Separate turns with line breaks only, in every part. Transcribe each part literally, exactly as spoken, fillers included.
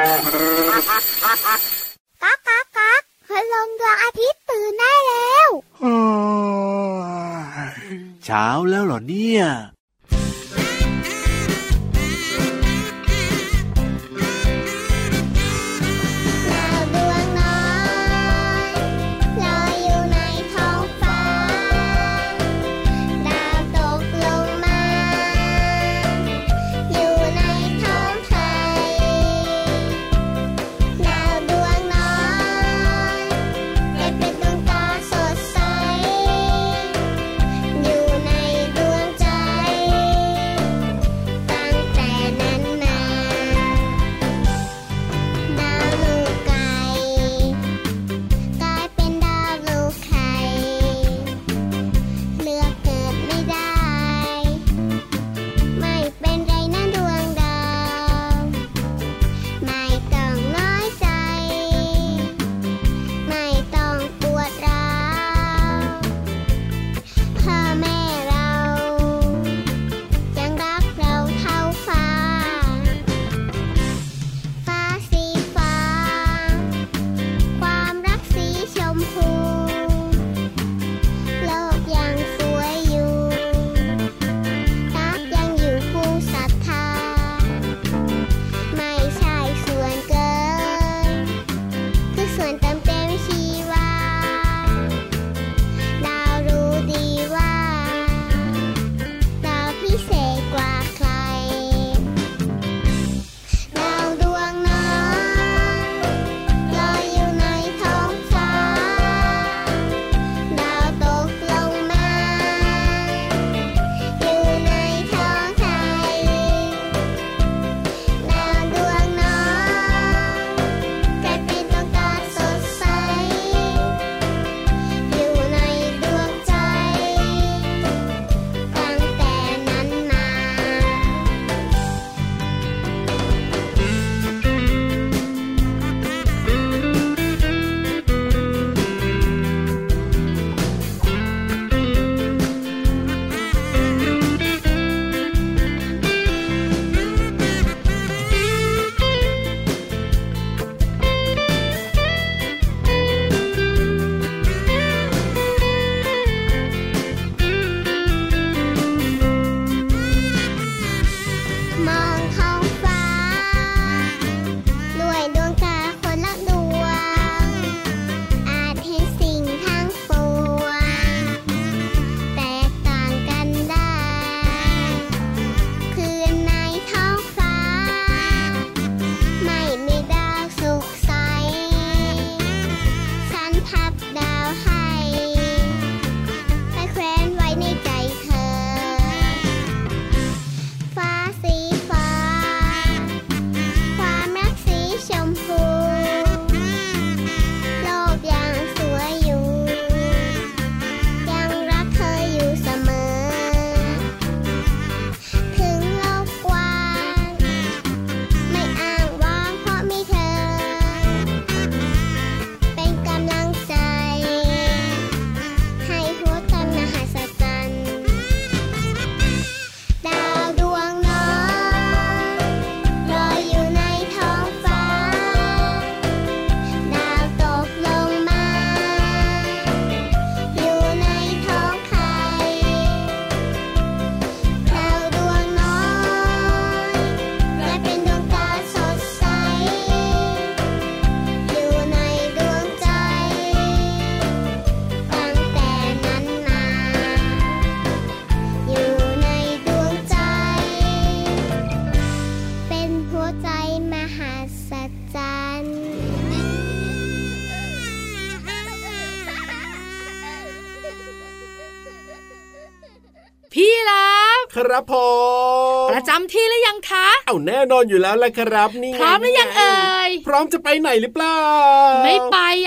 ก๊ากก๊ากก๊ากพลังดวงอาทิตย์ตื่นได้แล้ว
เช้าแล้วเหรอเนี่ย
ครับผม
ประจำที่หรือยังคะ
เอาแน่นอนอยู่แล้วแหละครับนี่
พร้อมหรือยังเอ่ย
พร้อมจะไปไหนหรือเปล่า
ไม่ไปอ่ะ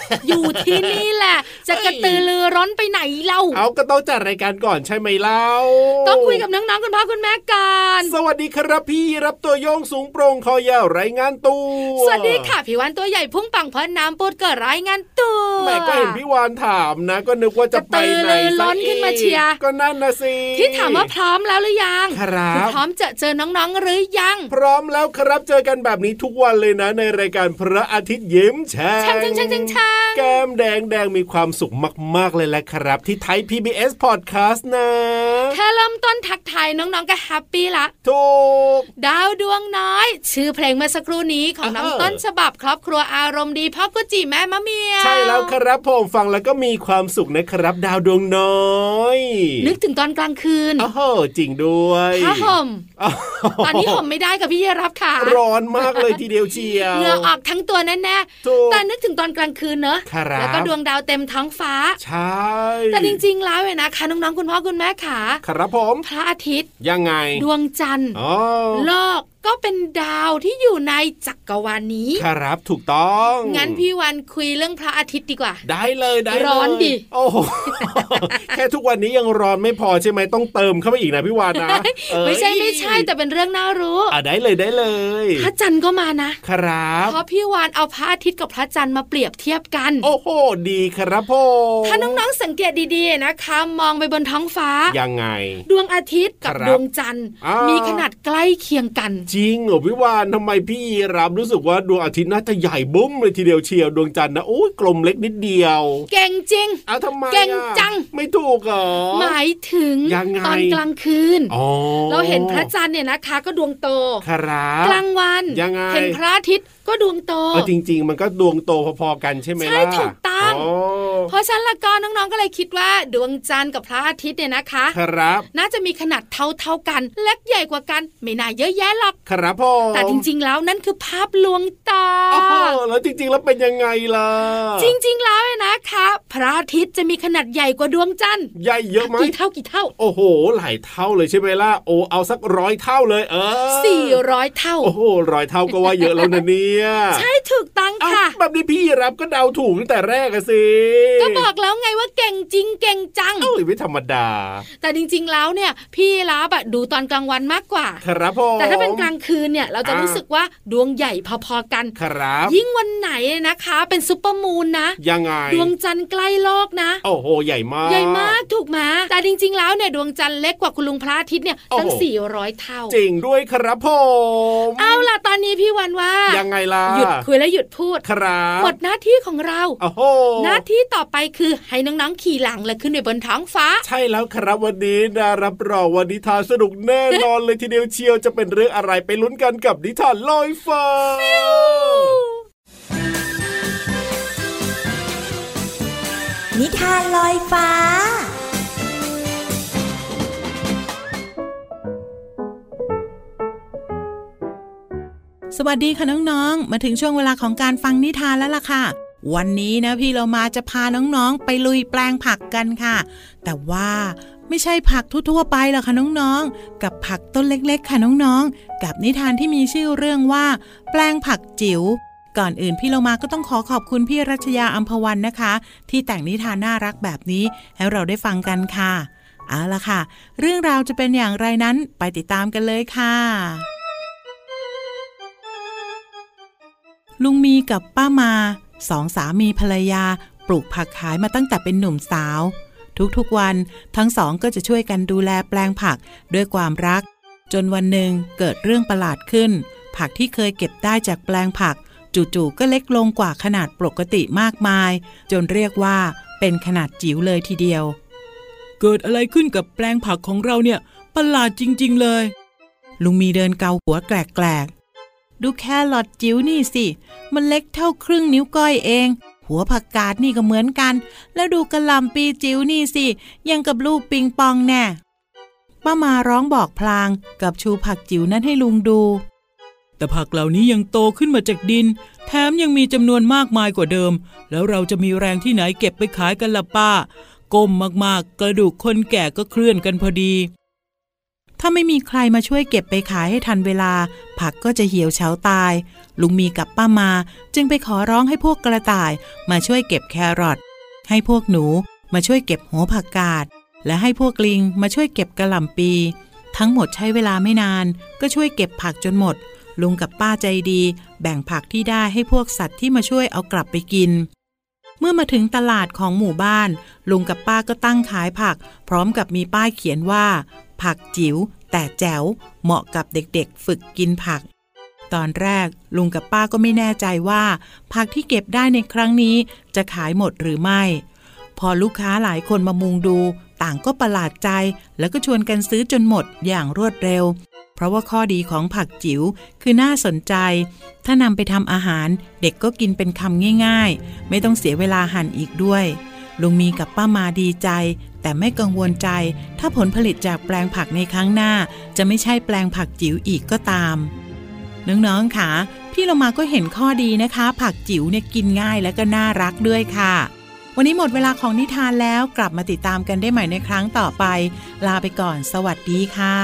อยู่ที่นี่แหละจะกระตือรือร้นไปไหนเล่า
เอาก็ต้องจัดรายการก่อนใช่ไหมเล่า
ต้องคุยกับน้องๆคุณพ่อคุณแม่กัน
สวัสดีครับพี่รับตัวโยงสูงโปร่งคอยาวรายงานตัว
สวัสดีค่ะพี่วานตัวใหญ่พุ่งปังพอน้ำปูดเกิดรายงานตัว
แม่ก็เห็นพี่วานถามนะก็นึกว่าจะไปไหน
ร้อนขึ้นมาเชียร์
ก็นั่นนะสิ
ที่ถามว่าพร้อมแล้วหรือยัง
ครับ
พร้อมจะเจอน้องๆหรือยัง
พร้อมแล้วครับเจอกันแบบนี้ทุกวันเลยนะในรายการพระอาทิตย์ยิ้มแฉ่งแก้มแดงแดงมีความสุขมากๆเลยแหละครับที่ไทย พี บี เอส Podcast นะ
แค่เริ่มต้นทักทายน้องๆก็แฮปปี้ละ
ถูก
ดาวดวงน้อยชื่อเพลงเมื่อสักครู่นี้ของน้องต้นฉบับครอบครัวอารมณ์ดีพ่อกุจิแม่มะเมียว
ใช่แล้วครับผมฟังแล้วก็มีความสุขนะครับดาวดวงน้อย
นึกถึงตอนกลางคืน
โอ้โหจริงด้วย
ผ้าห่มตอนนี้ห่มไม่ได้กับพี่เยรับค่ะ
ร้อนมากเลยทีเดียวเชียว
เหงื่อออกทั้งตัวแน่ๆแต่นึกถึงตอนกลางคืนเนอะแล้วก็ดวงดาวเต็มท้องฟ้า
ใช่
แต่จริงๆแล้วเว้ยนะคะน้องๆคุณพ่อคุณแม่ขา
ครับผม
พระอาทิตย์
ยังไง
ดวงจันทร์โลกก็เป็นดาวที่อยู่ในจักรวาลนี้
ครับถูกต้อง
งั้นพี่วันคุยเรื่องพระอาทิตย์ดีกว่า
ได้เลยได้เลย
ร้อนดิ
โอ้โห แค่ทุกวันนี้ยังร้อนไม่พอใช่ไหมต้องเติมเข้าไปอีกนะพี่วานนะ
ไม่ใช่ไม่ใช่แต่เป็นเรื่องน่ารู้
อ่ะได้เลยได้เลย
พระจันทร์ก็มานะครับเพราะพี่วานเอาพระอาทิตย์กับพระจันทร์มาเปรียบเทียบกัน
โอ้โหดีครับพ่อ
ถ้าน้องๆสังเกตดีๆนะคะมองไปบนท้องฟ้า
ยังไง
ดวงอาทิตย์กับดวงจันทร์มีขนาดใกล้เคียงกัน
จริงเหรอพี่วานทำไมพี่รับรู้สึกว่าดวงอาทิตย์น่าจะใหญ่บุ้มเลยทีเดียวเชียวดวงจันทร์นะโอ้ยกลมเล็กนิดเดียว
เก่งจริง
อ้าวทำไม
เก่งจัง
ไม่ถูกเหรอ
หมายถึงตอนกลางคืนเราเห็นพระจันทร์เนี่ยนะคะก็ดวงโต
ครับ
กลางวันเห็นพระอาทิตย์ก็ดวงโต
เออจริงๆมันก็ดวงโตพอๆกันใช่ไหมล่ะ
ใช่ถูกต้องเพราะฉะนั้นละก็น้องๆก็เลยคิดว่าดวงจันทร์กับพระอาทิตย์เนี่ยนะคะ
ครับ
น่าจะมีขนาดเท่าๆกันเล็กใหญ่กว่ากันไม่น่าเยอะแยะหรอก
ครับพ่อ
แต่จริงๆแล้วนั่นคือภาพลวงตา
อ๋อแล้วจริงๆแล้วเป็นยังไงล่ะ
จริงๆแล้วนะคะพระอาทิตย์จะมีขนาดใหญ่กว่าดวงจันทร์
ใหญ่เยอะไหม
กี่เท่ากี่เท่า
โอ้โหหลายเท่าเลยใช่ไหมล่ะโอ้เอาสักร้อยเท่าเลยเออ
สี่ร้อยเท่า
โอ้โหร้อยเท่าก็ว่าเยอะแล้วนะเนี่ย
ใช่ถูกต้องค่ะ
แบบนี้พี่รับก็เดาถูกตั้งแต่แรกอะสิ
ก็บอกแล้วไงว่าเก่งจริงเก่งจัง
เอ้ยไม่ธรรมดา
แต่จริงๆแล้วเนี่ยพี่รับอะดูตอนกลางวันมากกว่า
ครับพ่อ
แต่ถ้าเป็นกลางคืนเนี่ยเราจะรู้สึกว่าดวงใหญ่พอๆกัน
ครับ
ยิ่งวันไหนนะคะเป็นซุปเปอร์มูนนะ
ยังไง
ดวงจันทร์ใกล้โลกนะ
โอ้โหใหญ่มาก
ใหญ่มากถูกไหมแต่จริงๆแล้วเนี่ยดวงจันทร์เล็กกว่าคุณลุงพระอาทิตย์เนี่ยตั้งสี่ร้อยเท่า
จริงด้วยครับผม
เอาล่ะตอนนี้พี่วันว่า
ยังไงล่ะ
หยุดคุยและหยุดพูด
ครับ
หมดหน้าที่ของเรา
โอ้โห
หน้าที่ต่อไปคือให้น้องๆขี่หลังและขึ้นไปบนท้องฟ้า
ใช่แล้วครับวันนี้นะรับรองวันนิทานสนุกแน่นอนเลยทีเดียวเชียวจะเป็นเรื่องอะไรไปลุ้นกันกับนิทานลอยฟ้า
นิทานลอยฟ้า
สวัสดีค่ะน้องๆมาถึงช่วงเวลาของการฟังนิทานแล้วล่ะค่ะวันนี้นะพี่เรามาจะพาน้องๆไปลุยแปลงผักกันค่ะแต่ว่าไม่ใช่ผักทั่วๆไปหรอกค่ะน้องๆกับผักต้นเล็กๆค่ะน้องๆกับนิทานที่มีชื่อเรื่องว่าแปลงผักจิ๋วก่อนอื่นพี่เรามาก็ต้องขอขอบคุณพี่รัชยาอัมพวันนะคะที่แต่งนิทานน่ารักแบบนี้ให้เราได้ฟังกันค่ะเอาล่ะค่ะเรื่องราวจะเป็นอย่างไรนั้นไปติดตามกันเลยค่ะลุงมีกับป้ามาสองสามีภรรยาปลูกผักขายมาตั้งแต่เป็นหนุ่มสาวทุกๆวันทั้งสองก็จะช่วยกันดูแลแปลงผักด้วยความรักจนวันหนึ่งเกิดเรื่องประหลาดขึ้นผักที่เคยเก็บได้จากแปลงผักจู่ๆก็เล็กลงกว่าขนาดปกติมากมายจนเรียกว่าเป็นขนาดจิ๋วเลยทีเดียวเกิดอะไรขึ้นกับแปลงผักของเราเนี่ยประหลาดจริงๆเลยลุงมีเดินเกาหัวแกลกๆดูแครอทจิ๋วนี่สิมันเล็กเท่าครึ่งนิ้วก้อยเองหัวผักกาดนี่ก็เหมือนกันแล้วดูกะหล่ำปีจิ๋วนี่สิยังกับลูกปิงปองแน่ป้ามาร้องบอกพลางกับชูผักจิ๋วนั้นให้ลุงดูแต่ผักเหล่านี้ยังโตขึ้นมาจากดินแถมยังมีจำนวนมากมายกว่าเดิมแล้วเราจะมีแรงที่ไหนเก็บไปขายกันล่ะป้าก้มมากๆกระดูกคนแก่ก็เคลื่อนกันพอดีถ้าไม่มีใครมาช่วยเก็บไปขายให้ทันเวลาผักก็จะเหี่ยวเฉาตายลุงมีกับป้ามาจึงไปขอร้องให้พวกกระต่ายมาช่วยเก็บแครอทให้พวกหนูมาช่วยเก็บหัวผักกาดและให้พวกลิงมาช่วยเก็บกะหล่ำปีทั้งหมดใช้เวลาไม่นานก็ช่วยเก็บผักจนหมดลุงกับป้าใจดีแบ่งผักที่ได้ให้พวกสัตว์ที่มาช่วยเอากลับไปกินเมื่อมาถึงตลาดของหมู่บ้านลุงกับป้าก็ตั้งขายผักพร้อมกับมีป้ายเขียนว่าผักจิ๋วแต่แจ๋วเหมาะกับเด็กๆฝึกกินผักตอนแรกลุงกับป้าก็ไม่แน่ใจว่าผักที่เก็บได้ในครั้งนี้จะขายหมดหรือไม่พอลูกค้าหลายคนมามุงดูต่างก็ประหลาดใจแล้วก็ชวนกันซื้อจนหมดอย่างรวดเร็วเพราะว่าข้อดีของผักจิ๋วคือน่าสนใจถ้านำไปทำอาหารเด็กก็กินเป็นคำง่ายๆไม่ต้องเสียเวลาหั่นอีกด้วยลุงมีกับป้ามาดีใจแต่ไม่กังวลใจถ้าผลผลิตจากแปลงผักในครั้งหน้าจะไม่ใช่แปลงผักจิ๋วอีกก็ตามน้องๆค่ะพี่เรามาก็เห็นข้อดีนะคะผักจิ๋วเนี่ยกินง่ายและก็น่ารักด้วยค่ะวันนี้หมดเวลาของนิทานแล้วกลับมาติดตามกันได้ใหม่ในครั้งต่อไปลาไปก่อนสวัสดีค่ะ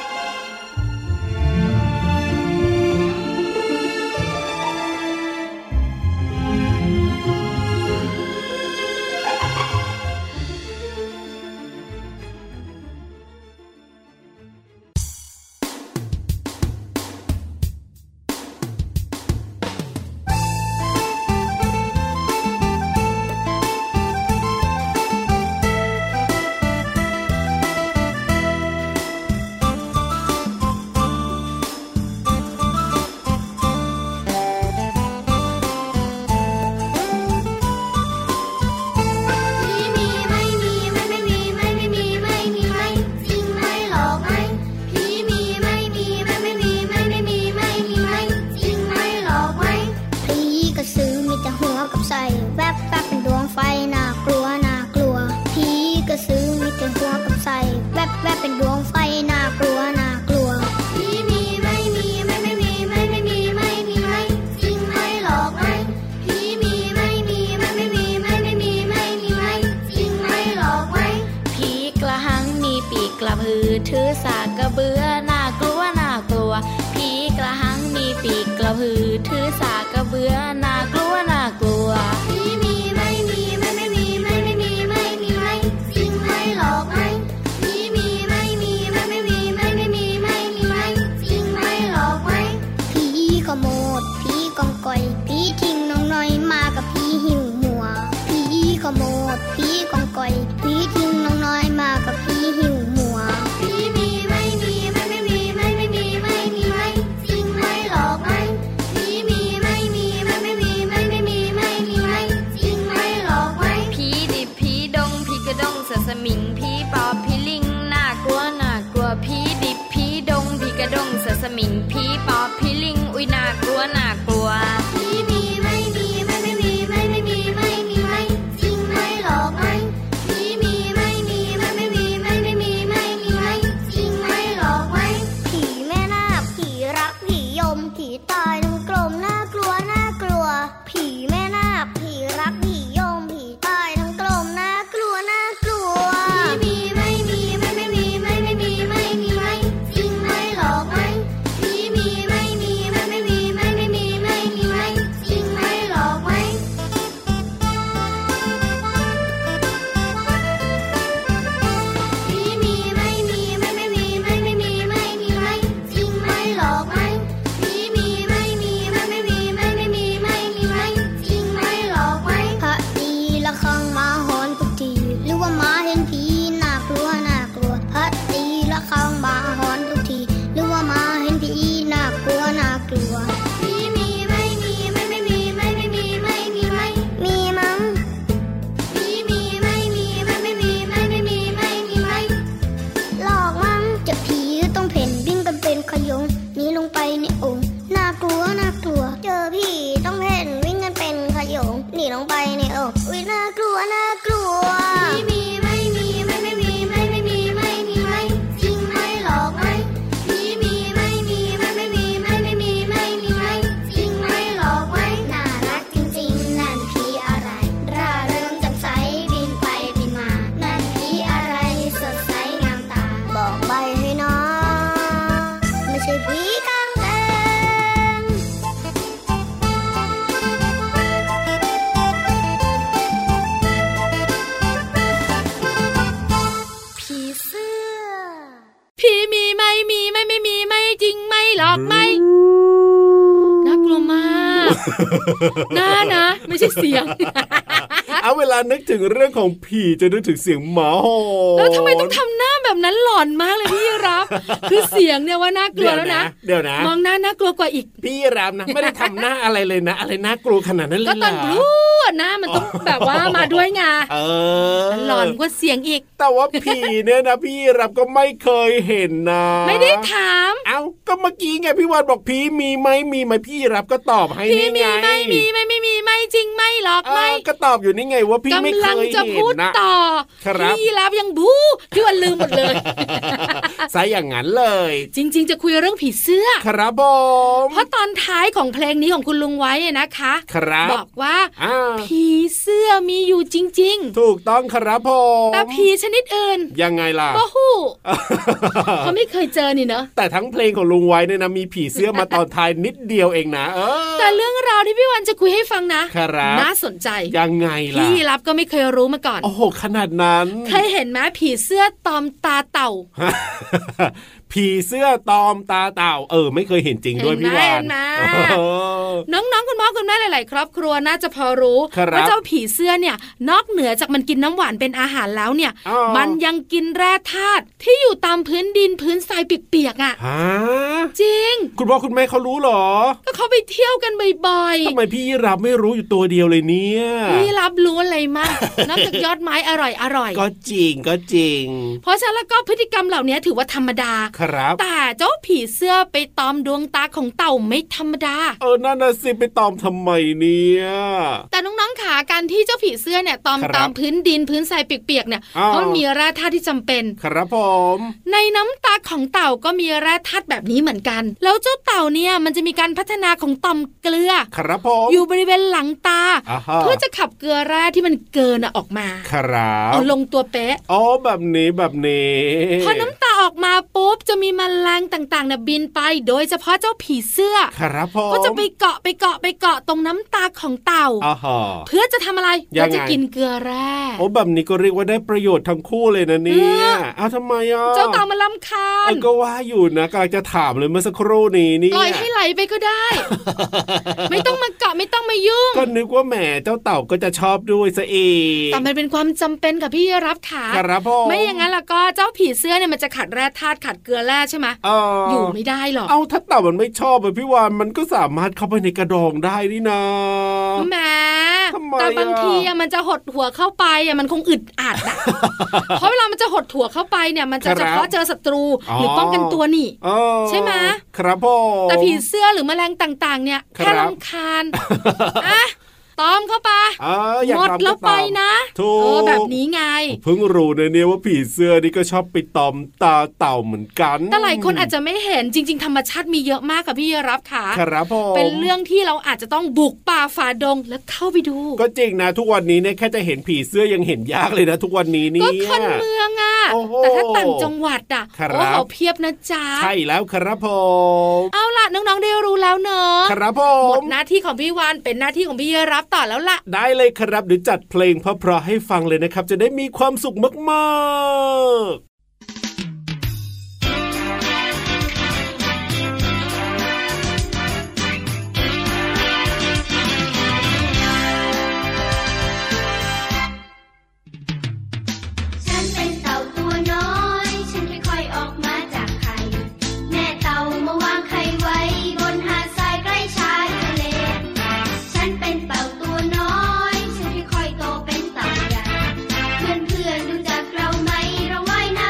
ถือสากกระเบือน่ากลัวน่ากลัวผีกระหังมีปีกกระพือถือสากกระเบือน่ากลัวน่ากลัวผีมีไม่มีไม่ไม่มีไม่ไม่มีไม่มีไม่จริงไม่หลอกไม่ผีมีไม่มีไม่ไม่มีไม่ไม่มีไม่มีไม่จริงไม่หลอกไม่ผีขโมดผีกองก่อยผีทิ้งน้องน้อยมากับผีหิวหัวผีขโมดผีกองก่อยผีทิ้งน้องน้อยมากับผีหิวหัวผีมีไม่มีไม่ไม่มีไม่ไม่มีไม่มีไม่จริงไม่หลอกไม่ผีมีไม่มีไม่ไม่มีไม่ไม่มีไม่มีไม่จริงไม่หลอกไม่ผีดิบผีดงผีกระดงเสือสมิงผีปอบผีลิงน่ากลัวน่ากลัวผีดิบผีดงผีกระดงเสือสมิงผีปอบผีลิงอุ้ยน่ากลัวน่ากลัวผีมีไม่มีไม่ไม่มีไม่ไม่มีไม่มีไม่จริงไม่หลอกไม่ผีมีไม่มีไม่ไม่มีไม่ไม่มีไม่มีไม่จริงไม่หลอกไม่ผีแม่นาคผีรักผียมผีตายทั้งกลมน่ากลัวน่ากลัวผีแม่นาคผีรักผียมผีตายทั้งกลมน่ากลัวน่ากลัวผีมีไม่มีไม่ไม่มีไม่ไม่มีไม่มีไม่จริงไม่หลอกไม่ผีมีไม่มีไม่ไม่มีไม่ไม่มีไม่มีไม่
หน้านะไม่ใช่เสียง
เอาเวลานึกถึงเรื่องของผีจะนึกถึงเสียงหมาหอน
แล้วทำไมต้องทำหน้าแบบนั้นหลอนมากเลยพี่รับคือเสียงเนี่ยว่าน่ากลัวแล้วนะ
เดี๋ยวนะ
มองหน้าน่ากลัวกว่าอีก
พี่รับนะไม่ได้ทำหน้าอะไรเลยนะอะไรน่ากลัวขนาดนั้นเลย
ก็ตอนรู้หน้ามันต้องแบบว่ามาด้วยไง
เออ
หลอนกว่าเสียงอีก
แต่ว่าผีเนี่ยนะพี่รับก็ไม่เคยเห็นนะ
ไม่ได้ถาม
เอ้าก็เมื่อกี้ไงพี่วานบอกผีมีไหมมีไหมพี่รับก็ตอบให้นี่ไง
ไม่มีไม่ไม่มีไม่จริงไม่หรอกไม่
ก็ตอบอยู่นี่ไงว่าพี่ไม่เคยเห็นนะ
กำลังจะพูดต่อพี่รับยังบู๊พี่วันลืมหมดเลย
ซะอย่างนั้นเลย
จริงๆจะคุยเรื่องผีเสื้อ
ครับผม
เพราะตอนท้ายของเพลงนี้ของคุณลุงไว้นะคะ
ครับ
บอกว่าผีเสื้อมีอยู่จริง
ๆถูกต้องครับผม
แต่ผีชนิดอื่น
ยังไงล่ะ
ก็ฮู้เขาไม่เคยเจอนี่เนอะ
แต่ทั้งเพลงของลุงไว้เนี่ยนะมีผีเสื้อมาตอนท้ายนิดเดียวเองนะเออ
แต่เรื่องราวที่พี่วันจะคุยให้ฟังนะน่าสนใจ
ยังไงล่ะ
พี่รับก็ไม่เคยรู้มาก่อน
โอ้โหขนาดนั้น
เคยเห็นไหมผีเสื้อตอมตาเต่า
ผีเสื้อตอมตาเต่าเออไม่เคยเห็นจริงด้วยพี่วาน
น้องๆคุณพ่อคุณแม่หลายๆครอบครัวน่าจะพอรู้ว่าเจ้าผีเสื้อเนี่ยนอกเหนือจากมันกินน้ำหวานเป็นอาหารแล้วเนี่ยมันยังกินแร่ธาตุที่อยู่ตามพื้นดินพื้นทรายเปียกๆอ่ะจริง
คุณพ่อคุณแม่เขารู้หรอ
ก็เขาไปเที่ยวกันบ่อย
ๆทำไมพี่รับไม่รู้อยู่ตัวเดียวเลยเนี่ย
พี่รับรู้อะไรมากนอกจากยอดไม้อร่อย
ๆก็จริงก็จริง
เพราะฉะนั้นแล้วก็พฤติกรรมเหล่านี้ถือว่าธรรมดาแต่เจ้าผีเสื้อไปตอมดวงตาของเต่าไม่ธรรมดา
เออนั่นน่ะสิไปตอมทำไมเนี่ย
แต่น้องๆขาการที่เจ้าผีเสื้อเนี่ยตอมตามพื้นดินพื้นทรายเปียกๆเนี่ยเพราะมีแร่ธาตุที่จำเป็น
ครับผม
ในน้ำตาของเต่าก็มีแร่ธาตุแบบนี้เหมือนกันแล้วเจ้าเต่าเนี่ยมันจะมีการพัฒนาของต่อมเกลือ
ครับผม
อยู่บริเวณหลังตาเพื่อจะขับเกลือแร่ที่มันเกินออกมา
ครับ
เอาลงตัวเป๊ะ
อ๋อแบบนี้แบบนี้
พอน้ำตาออกมาปุ๊บจะมีแมลงต่างๆเนี่ยบินไปโดยเฉพาะเจ้าผีเสื้อ
ครับผม
ก็จะไปเกาะไปเกาะไปเกาะตรงน้ำตาของเต่าเพื่อจะทำอะไรเพื่อจะกินเกลือแร่
โอ้แบบนี้ก็เรียกว่าได้ประโยชน์ทั้งคู่เลยนะเนี่ยอ้าวทำไมอ่ะ
เจ้าเต่ามันรำคาญ
ก็ว่าอยู่นะกำลังจะถามเลยเมื่อสักครู่นี้นี่
ปล่อยให้ไหลไปก็ได้ ไม่ต้องมาเกาะไม่ต้องมายุ่ง
ก็นึกว่าแหมเจ้าเต่าก็จะชอบด้วยซะเอง
แต่มันเป็นความจำเป็นกับพี่รับขา
ครับผม
ไม่อย่างนั้นแล้วก็เจ้าผีเสื้อเนี่ยมันจะขาดแร่ธาตุขาดเกลือแร่ใช่ไหมอยู่ไม่ได้หรอก
เอาถ้าเต่ามันไม่ชอบแบบพี่วานมันก็สามารถเข้าไปในกระดองได้นี่นะ
แหมแต่บางทีมันจะหดหัวเข้าไปมันคงอึดอัดนะเพราะเวลามันจะหดหัวเข้าไปเนี่ยมันจะเฉพาะเจอศัตรูหรือป้องกันตัวนี่ใช่ไหม
ครับพ่อ
แต่ผีเสื้อหรือแมลงต่างๆเนี่ยแค่รำคาญอะตอมเข้าไปหมดแล้วไปนะเออแบบนี้ไง
เพิ่งรู้นะเนี่ยว่าผีเสื้อนี่ก็ชอบไปตอมตาเต่าเหมือนกัน
แต่หลายคนอาจจะไม่เห็นจริงๆธรรมชาติมีเยอะมากค่ะพี่รับค่ะ
ครับผม
เป็นเรื่องที่เราอาจจะต้องบุกป่าฝ่าดงแล้วเข้าไปดู
ก็จริงนะทุกวันนี้เนี่ยแค่จะเห็นผีเสื้อยังเห็นยากเลยนะทุกวันนี้นี่
ก็คนเมืองอ่ะแต่ถ้าต่างจังหวัดอ่ะโอ้โหเพียบนะจ๊ะ
ใช่แล้วครับผม
เอาล่ะน้องๆได้รู้แล้วเนอะ
ครับผม
หมดหน้าที่ของพี่วานเป็นหน้าที่ของพี่รับต่อแล้วล่ะ
ได้เลยครับเดี๋ยวจัดเพลงเพราะๆให้ฟังเลยนะครับจะได้มีความสุขมากๆ
เพื่อนๆรู้จักเราไหมเราว่ายน้ำ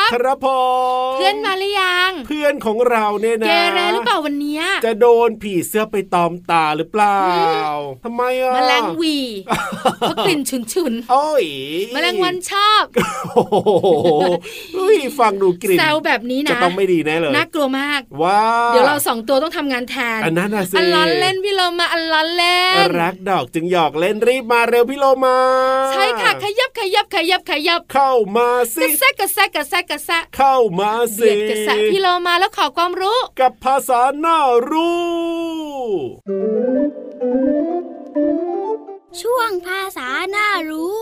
ครับผม
เพื่อนมาหรือยัง
เพื่อนของเราเนี่ยนะ
เกเรหรือเปล่าวันนี้
จะโดนผีเสื้อไปตอมตาหรือเปล่าทำไมอ่ะ
แมลงวีเพราะกลิ่นฉุน
ๆโอ้ย
แมลงวันชอบ
โอ้โหฟังดูกลิ่น
แซวแบบนี้นะ
จะต้องไม่ดีแน่เลย
น่ากลัวมาก
ว้า
เดี๋ยวเราสองตัวต้องทำงานแทน
อันนั้นน่ะสิ
อันล้อเล่นพี่โลมาอันล้อเล่น
รักดอกจึงหยอกเล่นรีบมาเร็วพี่โลมา
ใช่ค่ะขยับขยับขยับขยับ
เข้ามาสิ
กระแซกกระแซกกระแซกกระแซ
เข้ามาสิ
เบียดกระแซพี่โลมาแล้วขอความรู้
กับภาษาน่ารู้
ช่วงภาษาน่ารู้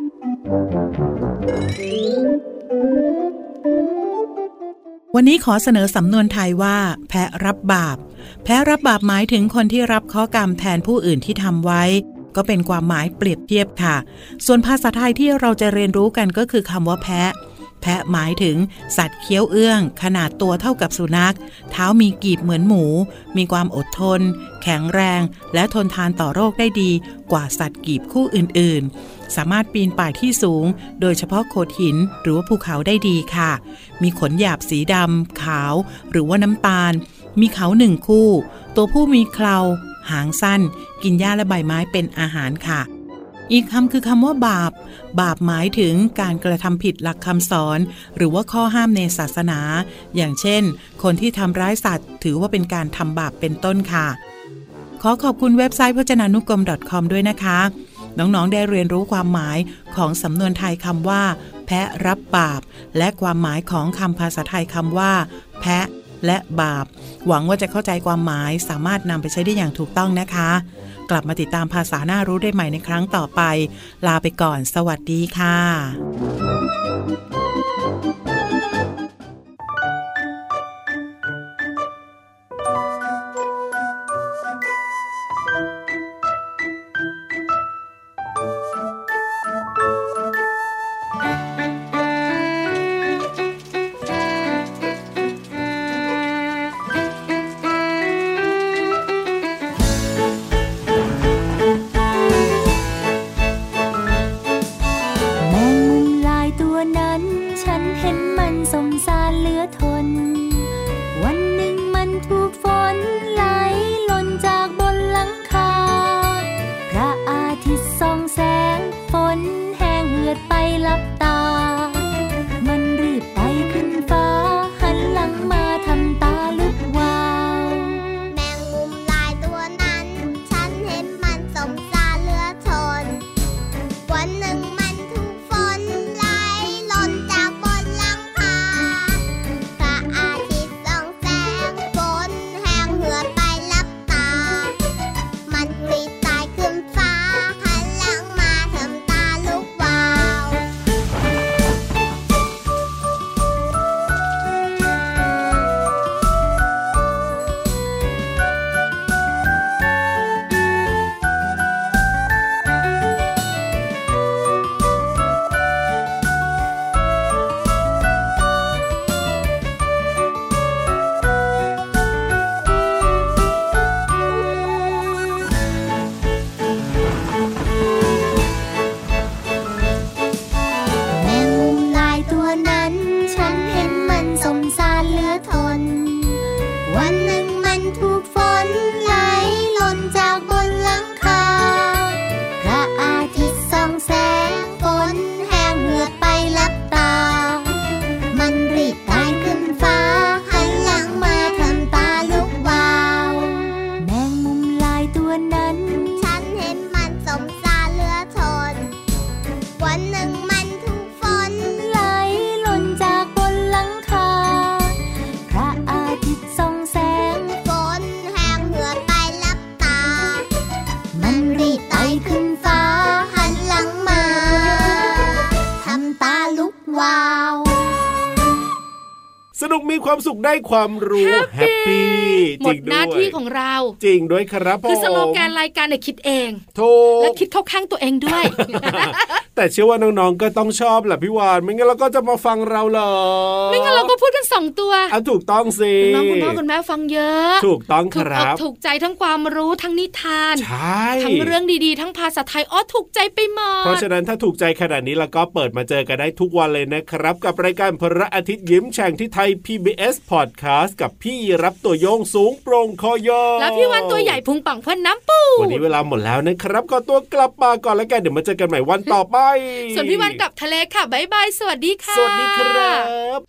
วันนี้ขอเสนอสำนวนไทยว่าแพะรับบาปแพะรับบาปหมายถึงคนที่รับข้อกรรมแทนผู้อื่นที่ทำไว้ก็เป็นความหมายเปรียบเทียบค่ะส่วนภาษาไทยที่เราจะเรียนรู้กันก็คือคำว่าแพะแพะหมายถึงสัตว์เคี้ยวเอื้องขนาดตัวเท่ากับสุนัขเท้ามีกีบเหมือนหมูมีความอดทนแข็งแรงและทนทานต่อโรคได้ดีกว่าสัตว์กีบคู่อื่นๆสามารถปีนป่ายที่สูงโดยเฉพาะโขดหินหรือว่าภูเขาได้ดีค่ะมีขนหยาบสีดำขาวหรือว่าน้ำตาลมีเขาหนึ่งคู่ตัวผู้มีเคราหางสั้นกินหญ้าและใบไม้เป็นอาหารค่ะอีกคำคือคำว่าบาปบาปหมายถึงการกระทำผิดหลักคำสอนหรือว่าข้อห้ามในศาสนาอย่างเช่นคนที่ทำร้ายสัตว์ถือว่าเป็นการทำบาปเป็นต้นค่ะขอขอบคุณเว็บไซต์พจนานุกรม .com ด้วยนะคะน้องๆได้เรียนรู้ความหมายของสำนวนไทยคำว่าแพะรับบาปและความหมายของคำภาษาไทยคำว่าแพะและบาปหวังว่าจะเข้าใจความหมายสามารถนำไปใช้ได้อย่างถูกต้องนะคะกลับมาติดตามภาษาน่ารู้ได้ใหม่ในครั้งต่อไปลาไปก่อนสวัสดีค่ะ
สนุกมีความสุขได้ความรู้แฮปปี้
หมดหน้าที่ของเรา
จริงด้วยครับผม
คือสโลแกนรายการเนี่ยคิดเอง
ถูก
และคิดเข้าข้างตัวเองด้วย
แต่เชื่อว่าน้องๆก็ต้องชอบแหละพี่วานไม่งั้นเราก็จะมาฟังเราหรอ
ไม่งั้นเราก็พูดกันสองตัว
อ่ะถูกต้องสิ
น้องคุณพ่อคุณแม่ฟังเยอะ
ถูกต้องครับ
ถูกใจทั้งความรู้ทั้งนิทาน
ใช่
ทั้งเรื่องดีๆทั้งภาษาไทยอ๋อถูกใจไปหมด
เพราะฉะนั้นถ้าถูกใจขนาดนี้แล้วก็เปิดมาเจอกันได้ทุกวันเลยนะครับกับรายการพระอาทิตย์ยิ้มแฉ่งที่ไทย พี บี เอส Podcast กับพี่รับตัวโยงสูงโปร่งคอยาว
และพี่วันตัวใหญ่พุงป่องพ่นน้ำปู
วันนี้เวลาหมดแล้วนะครับก็ตัวกลับมาก่อนแล้วกันเดี๋ยวมาเจอกันใหม่วันต่อไป
ส่วนพี่วันกลับทะเลค่ะบ๊ายบายสวัสดีค่ะ
สวัสดีครับ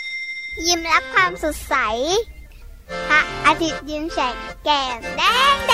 ยิ้มรับความสดใสพระอาทิตย์ยิ้มแฉกแก้มแดง